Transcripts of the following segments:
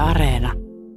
Areena.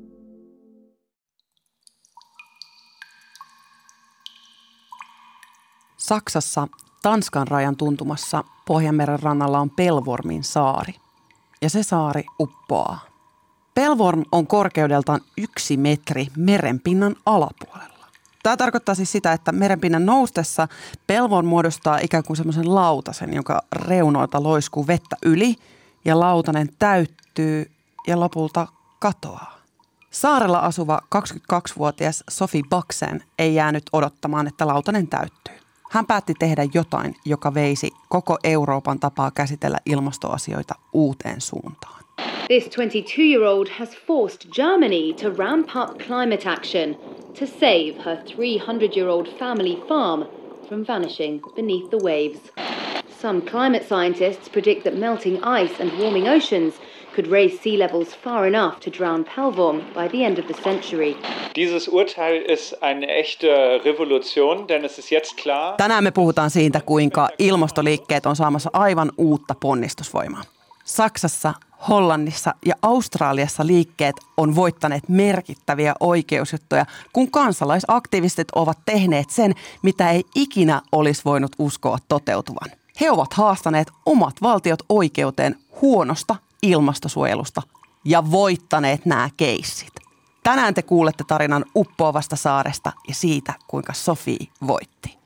Saksassa Tanskan rajan tuntumassa Pohjanmeren rannalla on Pellwormin saari. Ja se saari uppoaa. Pellworm on korkeudeltaan 1 metri merenpinnan alapuolella. Tämä tarkoittaa siis sitä, että merenpinnan noustessa Pellworm muodostaa ikään kuin semmoisen lautasen, jonka reunoilta loiskuu vettä yli ja lautanen täyttyy ja lopulta katoaa. Saarella asuva 22-vuotias Sophie Baxen ei jäänyt odottamaan, että lautanen täyttyy. Hän päätti tehdä jotain, joka veisi koko Euroopan tapaa käsitellä ilmastoasioita uuteen suuntaan. This 22-year-old has forced Germany to ramp up climate action to save her 300-year-old family farm from vanishing beneath the waves. Some climate scientists predict that melting ice and warming oceans could raise sea levels far enough to drown Pellworm by the end of the century. Dieses Urteil ist eine echte Revolution, denn es ist jetzt klar. Tänään me puhutaan siitä, kuinka ilmastoliikkeet on saamassa aivan uutta ponnistusvoimaa. Saksassa, Hollannissa ja Australiassa liikkeet on voittaneet merkittäviä oikeusjuttuja, kun kansalaisaktivistit ovat tehneet sen, mitä ei ikinä olisi voinut uskoa toteutuvan. He ovat haastaneet omat valtiot oikeuteen huonosta ilmastosuojelusta ja voittaneet nämä keissit. Tänään te kuulette tarinan uppoavasta saaresta ja siitä, kuinka Sophie voitti.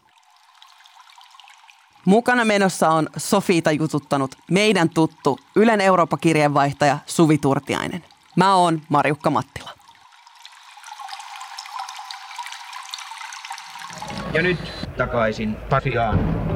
Mukana menossa on Sophieta jututtanut meidän tuttu Ylen Eurooppa-kirjeenvaihtaja Suvi Turtiainen. Mä oon Marjukka Mattila. Ja nyt takaisin Pasiaan.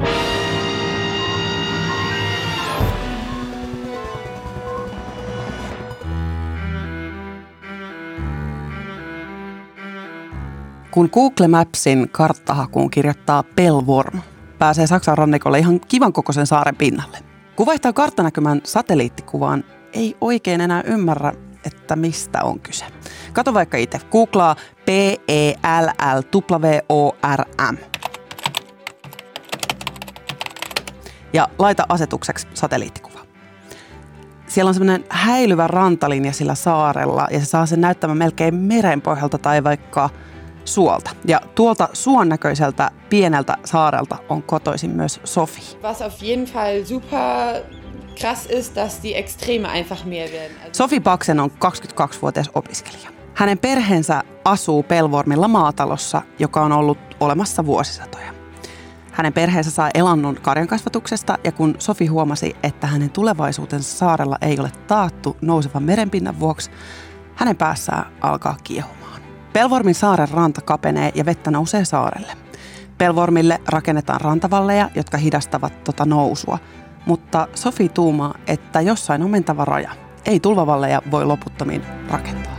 Kun Google Mapsin karttahakuun kirjoittaa Pellworm, pääsee Saksan rannikolle ihan kivan kokoisen saaren pinnalle. Kun vaihtaa karttanäkymän satelliittikuvaan, ei oikein enää ymmärrä, että mistä on kyse. Kato vaikka itse. Googlaa Pellworm ja laita asetukseksi satelliittikuva. Siellä on semmoinen häilyvä rantalinja sillä saarella ja se saa sen näyttämään melkein merenpohjalta tai vaikka suolta. Ja tuolta suon näköiseltä pieneltä saarelta on kotoisin myös Sophie. Was auf jeden Fall super krass ist, dass die Extreme einfach mehr werden. Sophie Baxen on 22-vuotias opiskelija. Hänen perheensä asuu Pellwormilla maatalossa, joka on ollut olemassa vuosisatoja. Hänen perheensä saa elannon karjankasvatuksesta ja kun Sophie huomasi, että hänen tulevaisuutensa saarella ei ole taattu nousevan merenpinnan vuoksi, hänen päässään alkaa kiehumaan. Pellwormin saaren ranta kapenee ja vettä nousee saarelle. Pellwormille rakennetaan rantavalleja, jotka hidastavat nousua, mutta Sophie tuumaa, että jossain on mentävä raja. Ei tulvavalleja voi loputtomiin rakentaa.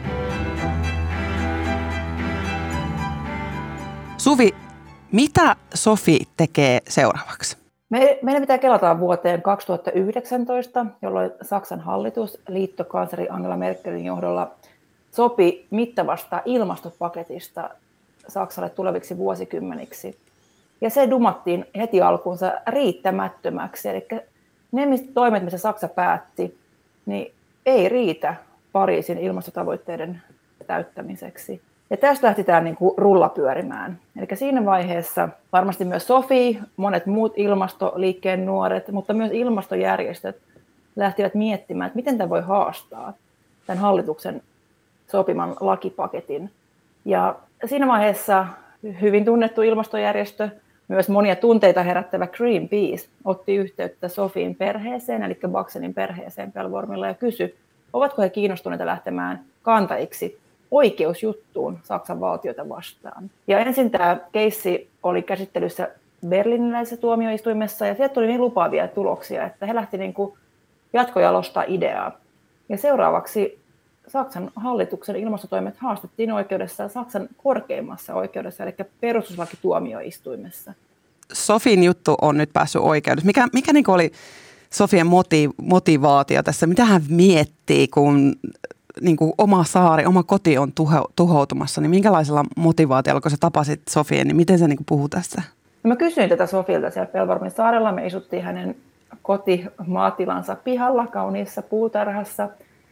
Suvi, mitä Sophie tekee seuraavaksi? Meidän pitää kelata vuoteen 2019, jolloin Saksan hallitus liittokansleri Angela Merkelin johdolla sopi mittavasta ilmastopaketista Saksalle tuleviksi vuosikymmeniksi. Ja se dumattiin heti alkuunsa riittämättömäksi. Eli ne toimet, mitä Saksa päätti, niin ei riitä Pariisin ilmastotavoitteiden täyttämiseksi. Ja tästä lähti tämä rulla pyörimään. Eli siinä vaiheessa varmasti myös Sophie, monet muut ilmastoliikkeen nuoret, mutta myös ilmastojärjestöt lähtivät miettimään, että miten tämä voi haastaa tämän hallituksen sopiman lakipaketin. Ja siinä vaiheessa hyvin tunnettu ilmastojärjestö, myös monia tunteita herättävä Greenpeace, otti yhteyttä Sophien perheeseen, eli Baxenin perheeseen Pellwormilla ja kysyi, ovatko he kiinnostuneita lähtemään kantajiksi oikeusjuttuun Saksan valtiota vastaan. Ja ensin tämä keissi oli käsittelyssä berliiniläisessä tuomioistuimessa ja sieltä tuli niin lupaavia tuloksia, että he lähti jatkojalostaa ideaa. Ja seuraavaksi Saksan hallituksen ilmastotoimet haastettiin oikeudessa Saksan korkeimmassa oikeudessa, eli perustuslakituomioistuimessa. Sophien juttu on nyt päässyt oikeudessa. Mikä oli Sophien motivaatio tässä? Mitä hän miettii, kun oma saari, oma koti on tuhoutumassa? Niin minkälaisella motivaatiolla, kun sä tapasit Sophien, niin miten se puhuu tässä? Mä kysyin tätä Sophielta siellä Pellwormin saarella. Me isuttiin hänen kotimaatilansa pihalla kauniissa puutarhassa.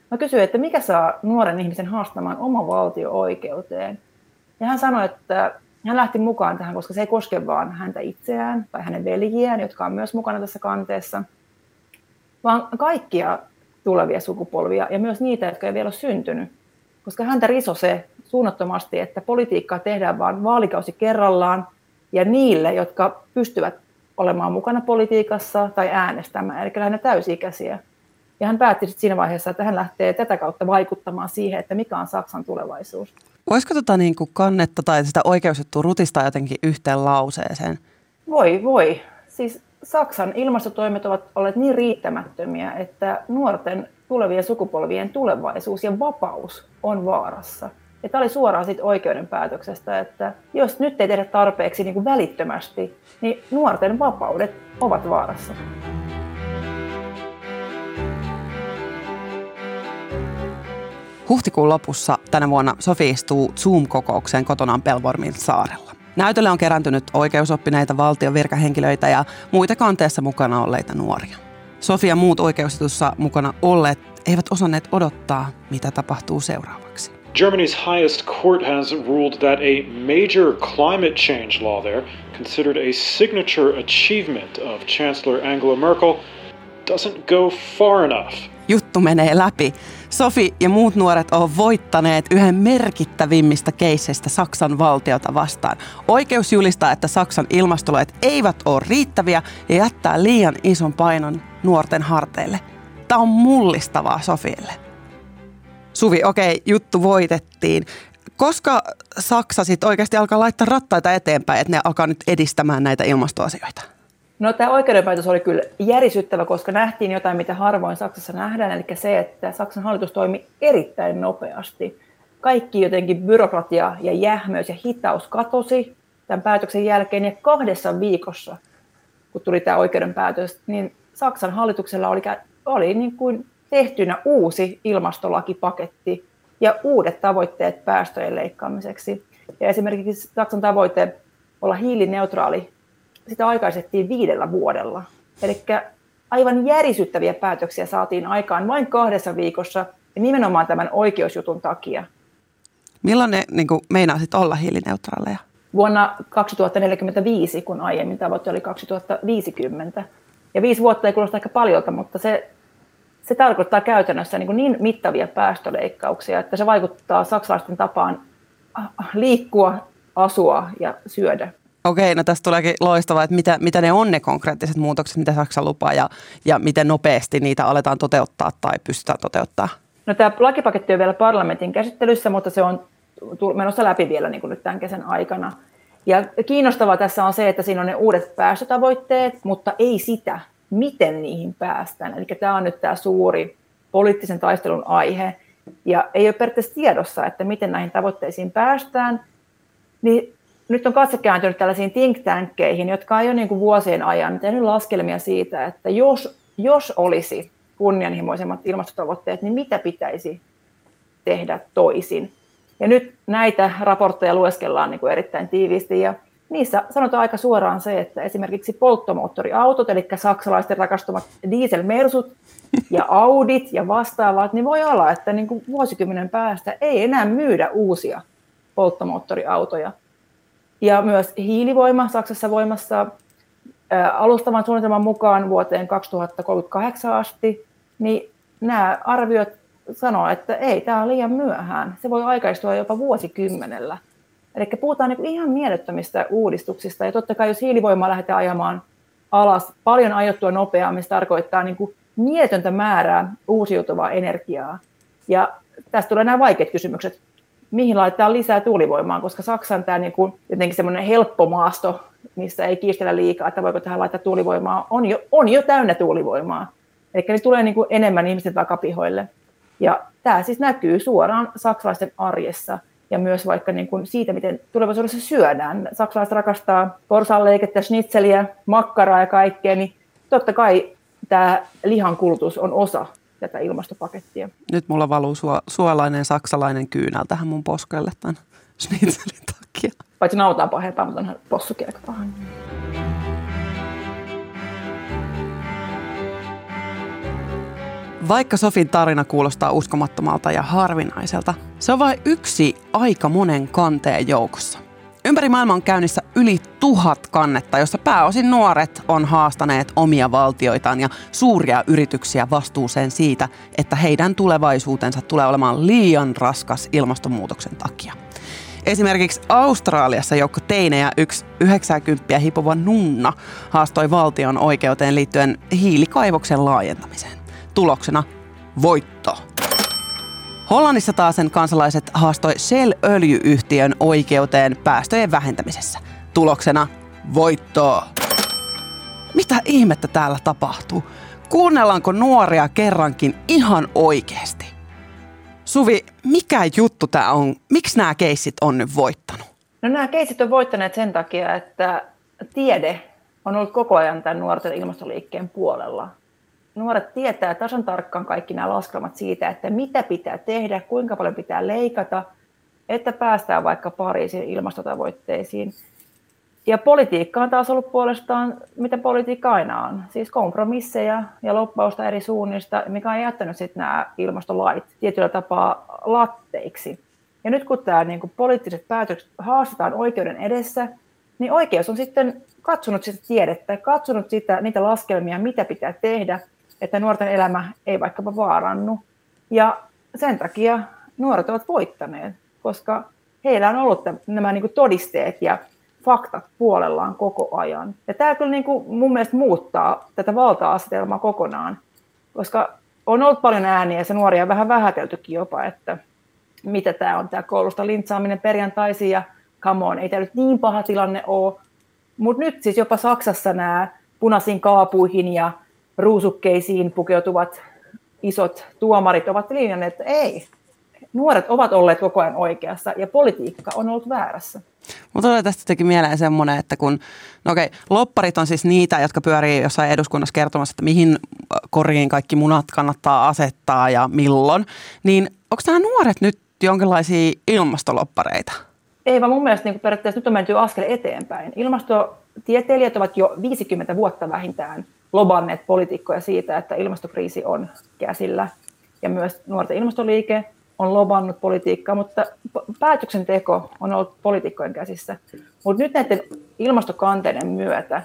Mä kysyin, että mikä saa nuoren ihmisen haastamaan oma valtio-oikeuteen. Ja hän sanoi, että hän lähti mukaan tähän, koska se ei koske vaan häntä itseään tai hänen veljiään, jotka on myös mukana tässä kanteessa, vaan kaikkia tulevia sukupolvia ja myös niitä, jotka ei vielä ole syntynyt. Koska häntä riso se suunnattomasti, että politiikkaa tehdään vain vaalikausi kerrallaan ja niille, jotka pystyvät olemaan mukana politiikassa tai äänestämään, eli lähinnä täysi-ikäisiä. Ja hän päätti siinä vaiheessa, että hän lähtee tätä kautta vaikuttamaan siihen, että mikä on Saksan tulevaisuus. Voisiko niin kuin kannetta tai sitä oikeusjuttua rutistaa jotenkin yhteen lauseeseen? Voi. Siis Saksan ilmastotoimet ovat olleet niin riittämättömiä, että nuorten tulevien sukupolvien tulevaisuus ja vapaus on vaarassa. Ja tämä oli suoraan siitä oikeuden päätöksestä, että jos nyt ei tehdä tarpeeksi niin kuin välittömästi, niin nuorten vapaudet ovat vaarassa. Huhtikuun lopussa tänä vuonna Sofi istuu Zoom-kokoukseen kotonaan Pelvormin saarella. Näytölle on kerääntynyt oikeusoppineita valtion virkahenkilöitä ja muita kanteessa mukana olleita nuoria. Sofi ja muut oikeusjutussa mukana olleet eivät osanneet odottaa, mitä tapahtuu seuraavaksi. Germany's highest court has ruled that a major climate change law there, considered a signature achievement of Chancellor Angela Merkel, doesn't go far enough. Juttu menee läpi. Sofi ja muut nuoret ovat voittaneet yhden merkittävimmistä keisseistä Saksan valtiota vastaan. Oikeus julistaa, että Saksan ilmastolait eivät ole riittäviä ja jättää liian ison painon nuorten harteille. Tämä on mullistavaa Sofille. Suvi, juttu voitettiin. Koska Saksa sitten oikeasti alkaa laittaa rattaita eteenpäin, että ne alkaa nyt edistämään näitä ilmastoasioita? No, tämä oikeudenpäätös oli kyllä järisyttävä, koska nähtiin jotain, mitä harvoin Saksassa nähdään, eli se, että Saksan hallitus toimi erittäin nopeasti. Kaikki jotenkin byrokratia ja jähmöys ja hitaus katosi tämän päätöksen jälkeen, ja 2 viikossa, kun tuli tämä oikeudenpäätös, niin Saksan hallituksella oli niin kuin tehtynä uusi ilmastolakipaketti ja uudet tavoitteet päästöjen leikkaamiseksi. Ja esimerkiksi Saksan tavoite olla hiilineutraali, sitä aikaisettiin 5 vuodella. Eli aivan järisyttäviä päätöksiä saatiin aikaan vain 2 viikossa ja nimenomaan tämän oikeusjutun takia. Milloin ne meinaa sitten olla hiilineutraaleja? Vuonna 2045, kun aiemmin tavoite oli 2050. Ja 5 vuotta ei kuulosta aika paljolta, mutta se tarkoittaa käytännössä niin mittavia päästöleikkauksia, että se vaikuttaa saksalaisten tapaan liikkua, asua ja syödä. Okei, no tästä tuleekin loistavaa, että mitä ne on ne konkreettiset muutokset, mitä Saksa lupaa ja miten nopeasti niitä aletaan toteuttaa tai pystytään toteuttaa? No, tämä lakipaketti on vielä parlamentin käsittelyssä, mutta se on menossa läpi vielä niin kuin nyt tämän kesän aikana. Ja kiinnostavaa tässä on se, että siinä on ne uudet päästötavoitteet, mutta ei sitä, miten niihin päästään. Eli tämä on nyt tämä suuri poliittisen taistelun aihe ja ei ole periaatteessa tiedossa, että miten näihin tavoitteisiin päästään. Niin nyt on katse kääntynyt tällaisiin think tankkeihin, jotka on jo niin kuin vuosien ajan tehnyt laskelmia siitä, että jos olisi kunnianhimoisemmat ilmastotavoitteet, niin mitä pitäisi tehdä toisin. Ja nyt näitä raportteja lueskellaan niin kuin erittäin tiiviisti ja niissä sanotaan aika suoraan se, että esimerkiksi polttomoottoriautot, eli saksalaisten rakastumat dieselmersut ja Audit ja vastaavat, niin voi olla, että niin kuin vuosikymmenen päästä ei enää myydä uusia polttomoottoriautoja. Ja myös hiilivoima Saksassa voimassa alustavan suunnitelman mukaan vuoteen 2038 asti, niin nämä arviot sanoo, että ei, tämä on liian myöhään. Se voi aikaistua jopa vuosikymmenellä. Eli puhutaan niin ihan mielettömistä uudistuksista. Ja totta kai, jos hiilivoimaa lähdetään ajamaan alas paljon aiottua nopeammin, se tarkoittaa niin kuin mieletöntä määrää uusiutuvaa energiaa. Ja tästä tulee nämä vaikeat kysymykset. Mihin laitetaan lisää tuulivoimaa, koska Saksan tämä niin kuin jotenkin semmoinen helppo maasto, missä ei kiistellä liikaa, että voiko tähän laittaa tuulivoimaa, on jo täynnä tuulivoimaa. Eli ne tulee niin kuin enemmän ihmisten takapihoille. Ja tämä siis näkyy suoraan saksalaisten arjessa ja myös vaikka niin kuin siitä, miten tulevaisuudessa syödään. Saksalaiset rakastaa porsaanleikettä, schnitzeliä, makkaraa ja kaikkea, niin totta kai tämä lihan kulutus on osa tätä ilmastopakettia. Nyt mulla valuu suolainen saksalainen kyynel tähän mun poskelle tämän schnitzelin takia. Paitsi nauta on pahempaa, mutta onhan possukin aika paha. Vaikka Sofin tarina kuulostaa uskomattomalta ja harvinaiselta, se on vain yksi aika monen kanteen joukossa. Ympäri maailmaa on käynnissä yli 1000 kannetta, jossa pääosin nuoret on haastaneet omia valtioitaan ja suuria yrityksiä vastuuseen siitä, että heidän tulevaisuutensa tulee olemaan liian raskas ilmastonmuutoksen takia. Esimerkiksi Australiassa joukko teinejä yksi 90 hipova nunna haastoi valtion oikeuteen liittyen hiilikaivoksen laajentamiseen. Tuloksena voitto. Hollannissa taas sen kansalaiset haastoi Shell-öljy-yhtiön oikeuteen päästöjen vähentämisessä. Tuloksena voitto. Mitä ihmettä täällä tapahtuu? Kuunnellaanko nuoria kerrankin ihan oikeasti? Suvi, mikä juttu tää on? Miksi nämä keissit on nyt voittanut? No nämä keissit on voittaneet sen takia, että tiede on ollut koko ajan tämän nuorten ilmastoliikkeen puolella. Nuoret tietää tasan tarkkaan kaikki nämä laskelmat siitä, että mitä pitää tehdä, kuinka paljon pitää leikata, että päästään vaikka Pariisin ilmastotavoitteisiin. Ja politiikka on taas ollut puolestaan, mitä politiikka aina on. Siis kompromisseja ja loppausta eri suunnista, mikä on jättänyt sitten nämä ilmastolait tietyllä tapaa latteiksi. Ja nyt kun tämä niin poliittiset päätökset haastetaan oikeuden edessä, niin oikeus on sitten katsonut sitä tiedettä, katsonut niitä laskelmia, mitä pitää tehdä, että nuorten elämä ei vaikkapa vaarannu. Ja sen takia nuoret ovat voittaneet, koska heillä on ollut nämä niin kuin todisteet ja faktat puolellaan koko ajan. Ja tämä kyllä niin kuin mun mielestä muuttaa tätä valta-asetelmaa kokonaan, koska on ollut paljon ääniä ja se nuoria on vähän vähäteltykin jopa, että mitä tämä on, tämä koulusta lintsaaminen perjantaisin ja come on, ei tämä nyt niin paha tilanne ole. Mutta nyt siis jopa Saksassa nämä punaisiin kaapuihin ja ruusukkeisiin pukeutuvat isot tuomarit ovat linjanneet, että ei, nuoret ovat olleet koko ajan oikeassa ja politiikka on ollut väärässä. Mutta tulee tästä teki mieleen semmoinen, että kun, lobbarit on siis niitä, jotka pyörii jossain eduskunnassa kertomassa, että mihin koriin kaikki munat kannattaa asettaa ja milloin, niin onko nämä nuoret nyt jonkinlaisia ilmastolobbareita? Ei, vaan mun mielestä niin periaatteessa nyt on menty askel eteenpäin. Ilmastotieteilijät ovat jo 50 vuotta vähintään lobanneet poliitikkoja siitä, että ilmastokriisi on käsillä. Ja myös nuorten ilmastoliike on lobannut politiikkaa, mutta päätöksenteko on ollut poliitikkojen käsissä. Mutta nyt näiden ilmastokanteiden myötä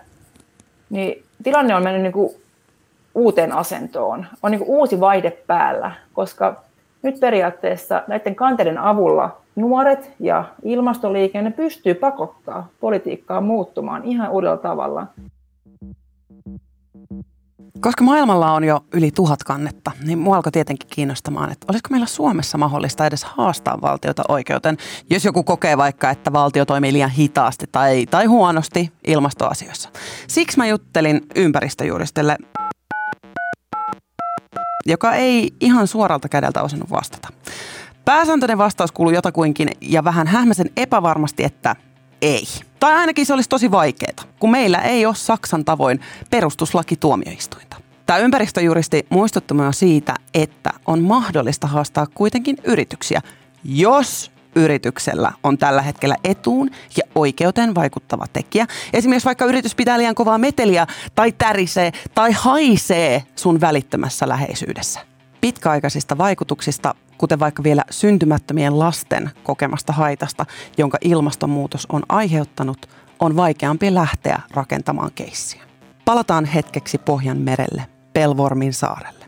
niin tilanne on mennyt niin kuin uuteen asentoon. On niin kuin uusi vaihde päällä, koska nyt periaatteessa näiden kanteiden avulla nuoret ja ilmastoliike ne pystyy pakottaa politiikkaa muuttumaan ihan uudella tavalla. Koska maailmalla on jo yli 1000 kannetta, niin mua alkoi tietenkin kiinnostamaan, että olisiko meillä Suomessa mahdollista edes haastaa valtiota oikeuteen, jos joku kokee vaikka, että valtio toimii liian hitaasti tai huonosti ilmastoasioissa. Siksi mä juttelin ympäristöjuristille, joka ei ihan suoralta kädeltä osannut vastata. Pääsääntöinen vastaus kuului jotakuinkin ja vähän hähmäisen epävarmasti, että ei. Tai ainakin se olisi tosi vaikeaa, kun meillä ei ole Saksan tavoin perustuslakituomioistuinta. Tämä ympäristöjuristi muistutti minua siitä, että on mahdollista haastaa kuitenkin yrityksiä, jos yrityksellä on tällä hetkellä etuun ja oikeuteen vaikuttava tekijä. Esimerkiksi vaikka yritys pitää liian kovaa meteliä tai tärisee tai haisee sun välittömässä läheisyydessä. Pitkäaikaisista vaikutuksista, kuten vaikka vielä syntymättömien lasten kokemasta haitasta, jonka ilmastonmuutos on aiheuttanut, on vaikeampi lähteä rakentamaan keissiä. Palataan hetkeksi Pohjanmerelle, Pelvormin saarelle.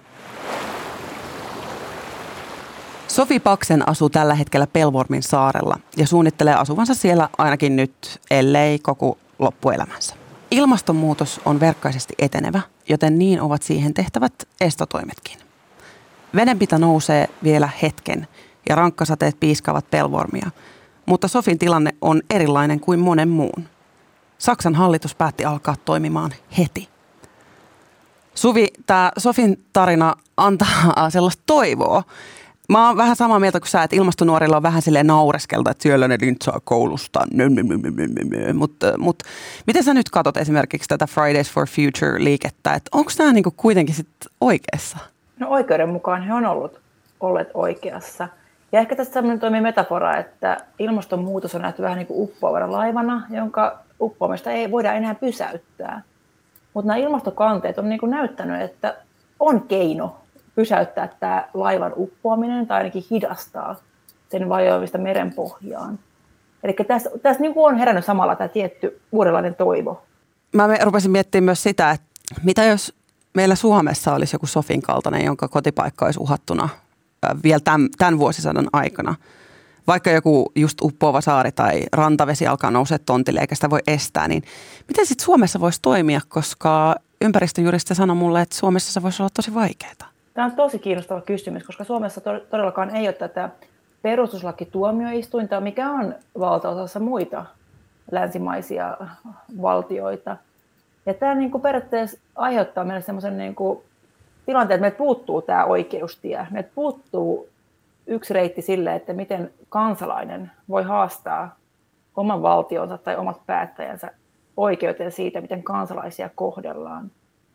Sofi Paksen asuu tällä hetkellä Pelvormin saarella ja suunnittelee asuvansa siellä ainakin nyt, ellei koko loppuelämänsä. Ilmastonmuutos on verkkaisesti etenevä, joten niin ovat siihen tehtävät estotoimetkin. Vedenpinta nousee vielä hetken ja rankkasateet piiskaavat Pelvormia, mutta Sofin tilanne on erilainen kuin monen muun. Saksan hallitus päätti alkaa toimimaan heti. Suvi, tämä Sofin tarina antaa sellaista toivoa. Mä oon vähän samaa mieltä kuin sä, että ilmastonuorilla on vähän silleen naureskelta, että siellä ne lintsaa koulusta. Mutta miten sä nyt katsot esimerkiksi tätä Fridays for Future-liikettä, että onko nämä niinku kuitenkin sitten oikeassa? No oikeuden mukaan he on olleet oikeassa. Ja ehkä tässä sellainen toimii metafora, että ilmastonmuutos on nähty vähän niin kuin uppoavana laivana, jonka uppoamista ei voida enää pysäyttää. Mutta nämä ilmastokanteet on niin kuin näyttänyt, että on keino pysäyttää tämä laivan uppoaminen tai ainakin hidastaa sen vajoamista merenpohjaan. Eli tässä niin kuin on herännyt samalla tämä tietty uudenlainen toivo. Mä rupesin miettimään myös sitä, että mitä jos meillä Suomessa olisi joku Sofin kaltainen, jonka kotipaikka olisi uhattuna vielä tämän vuosisadan aikana. Vaikka joku just uppoava saari tai rantavesi alkaa nousea tontille eikä sitä voi estää, niin miten sitten Suomessa voisi toimia, koska ympäristöjuristi sanoi mulle, että Suomessa se voisi olla tosi vaikeaa. Tämä on tosi kiinnostava kysymys, koska Suomessa todellakaan ei ole tätä perustuslakituomioistuinta, mikä on valtaosassa muita länsimaisia valtioita. Ja tämä niin kuin periaatteessa aiheuttaa meille sellaisen niin kuin tilanteen, että meiltä puuttuu tämä oikeustie. Meiltä puuttuu yksi reitti sille, että miten kansalainen voi haastaa oman valtionsa tai omat päättäjänsä oikeuteen siitä, miten kansalaisia kohdellaan.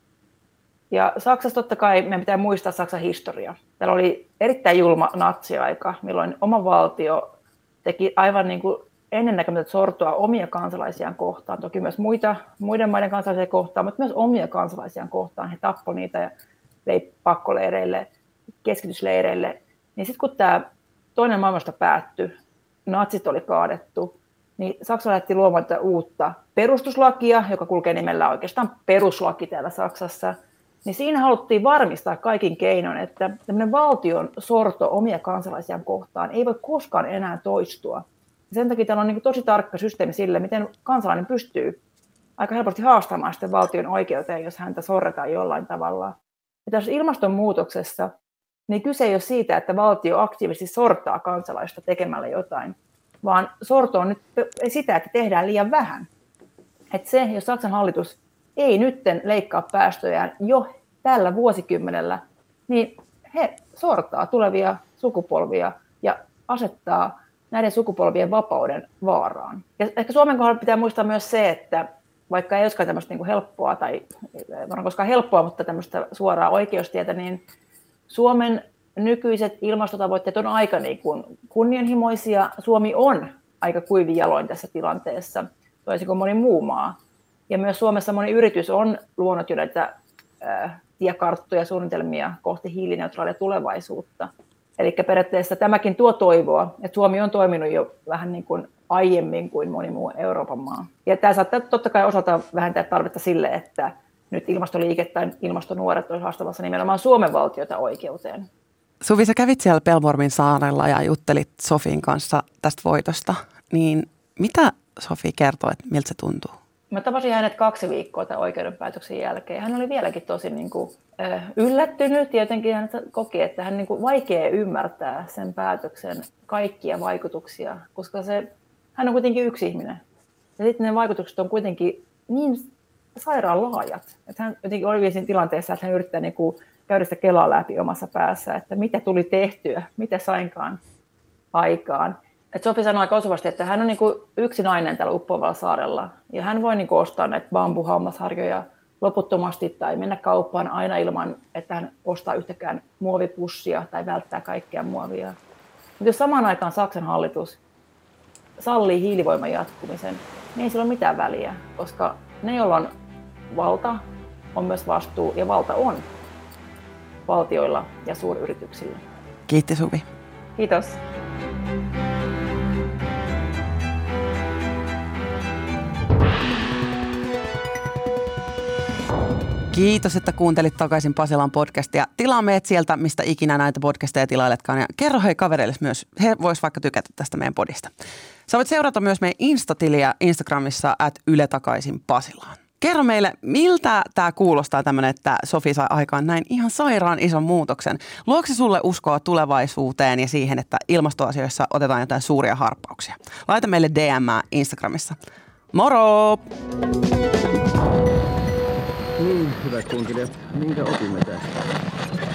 Ja Saksassa totta kai meidän pitää muistaa Saksan historia. Täällä oli erittäin julma natsiaika, milloin oma valtio teki aivan niin kuin ennennäkemätöntä sortoa omia kansalaisiaan kohtaan, toki myös muiden maiden kansalaisia kohtaan, mutta myös omia kansalaisiaan kohtaan. He tappoi niitä ja vei pakkoleireille, keskitysleireille. Niin sitten kun tämä toinen maailmasta päättyi, natsit oli kaadettu, niin Saksa lähti luomaan tätä uutta perustuslakia, joka kulkee nimellä oikeastaan peruslaki täällä Saksassa. Niin siinä haluttiin varmistaa kaikin keinoin, että tämmöinen valtion sorto omia kansalaisiaan kohtaan ei voi koskaan enää toistua. Ja sen takia täällä on niin tosi tarkka systeemi sille, miten kansalainen pystyy aika helposti haastamaan sitten valtion oikeuteen, jos häntä sorretaan jollain tavalla. Ja tässä ilmastonmuutoksessa niin kyse ei ole siitä, että valtio aktiivisesti sortaa kansalaista tekemällä jotain, vaan sorto on nyt sitä, että tehdään liian vähän. Että se, jos Saksan hallitus ei nytten leikkaa päästöjään jo tällä vuosikymmenellä, niin he sortaa tulevia sukupolvia ja asettaa näiden sukupolvien vapauden vaaraan. Ja ehkä Suomen kohdalla pitää muistaa myös se, että vaikka ei olisikaan tämmöistä niin kuin helppoa, tai ei varmaan koskaan helppoa, mutta tämmöistä suoraa oikeustietä, niin Suomen nykyiset ilmastotavoitteet on aika niin kuin kunnianhimoisia. Suomi on aika kuivin jaloin tässä tilanteessa, toisin kuin moni muu maa. Ja myös Suomessa moni yritys on luonut jo näitä tiekarttoja, suunnitelmia kohti hiilineutraalia tulevaisuutta. Eli periaatteessa tämäkin tuo toivoa, että Suomi on toiminut jo vähän niin kuin aiemmin kuin moni muu Euroopan maa. Ja tämä saattaa totta kai osalta vähentää tarvetta sille, että nyt ilmastoliike tai ilmastonuoret olisi haastamassa nimenomaan Suomen valtiota oikeuteen. Suvi, sä kävit siellä Pelvormin saarella ja juttelit Sofin kanssa tästä voitosta. Niin mitä Sofi kertoo, että miltä se tuntuu? Mä tapasin hänet 2 viikkoa tämän oikeudenpäätöksen jälkeen. Hän oli vieläkin tosi niin kuin, yllättynyt ja jotenkin hän koki, että hän niin kuin vaikea ymmärtää sen päätöksen kaikkia vaikutuksia, koska hän on kuitenkin yksi ihminen. Ja sitten ne vaikutukset on kuitenkin niin sairaan laajat, että hän jotenkin oli siinä tilanteessa, että hän yrittää niin kuin käydä sitä kelaa läpi omassa päässä, että mitä tuli tehtyä, mitä sainkaan aikaan. Sofi sanoi aika osuvasti, että hän on niin kuin yksi nainen täällä uppoavalla saarella ja hän voi niin kuin ostaa näitä bambuhammasharjoja loputtomasti tai mennä kauppaan aina ilman, että hän ostaa yhtäkään muovipussia tai välttää kaikkea muovia. Mutta jos samaan aikaan Saksan hallitus sallii hiilivoiman jatkumisen, niin ei sillä ole mitään väliä, koska ne, joilla on valta, on myös vastuu ja valta on valtioilla ja suuryrityksillä. Kiitti Suvi. Kiitos. Kiitos, että kuuntelit takaisin Pasilan podcastia. Tilaa meidät sieltä, mistä ikinä näitä podcasteja tilailetkaan. Ja kerro hei kavereille myös, he vois vaikka tykätä tästä meidän podista. Sä voit seurata myös meidän Insta-tiliä Instagramissa @yletakaisinpasilaan. Kerro meille, miltä tämä kuulostaa tämmöinen, että Sofi sai aikaan näin ihan sairaan ison muutoksen. Luoksi sulle uskoa tulevaisuuteen ja siihen, että ilmastoasioissa otetaan jotain suuria harppauksia? Laita meille DM:ää Instagramissa. Moro! Niin, hyvät kunkilijat, minkä opimme tästä?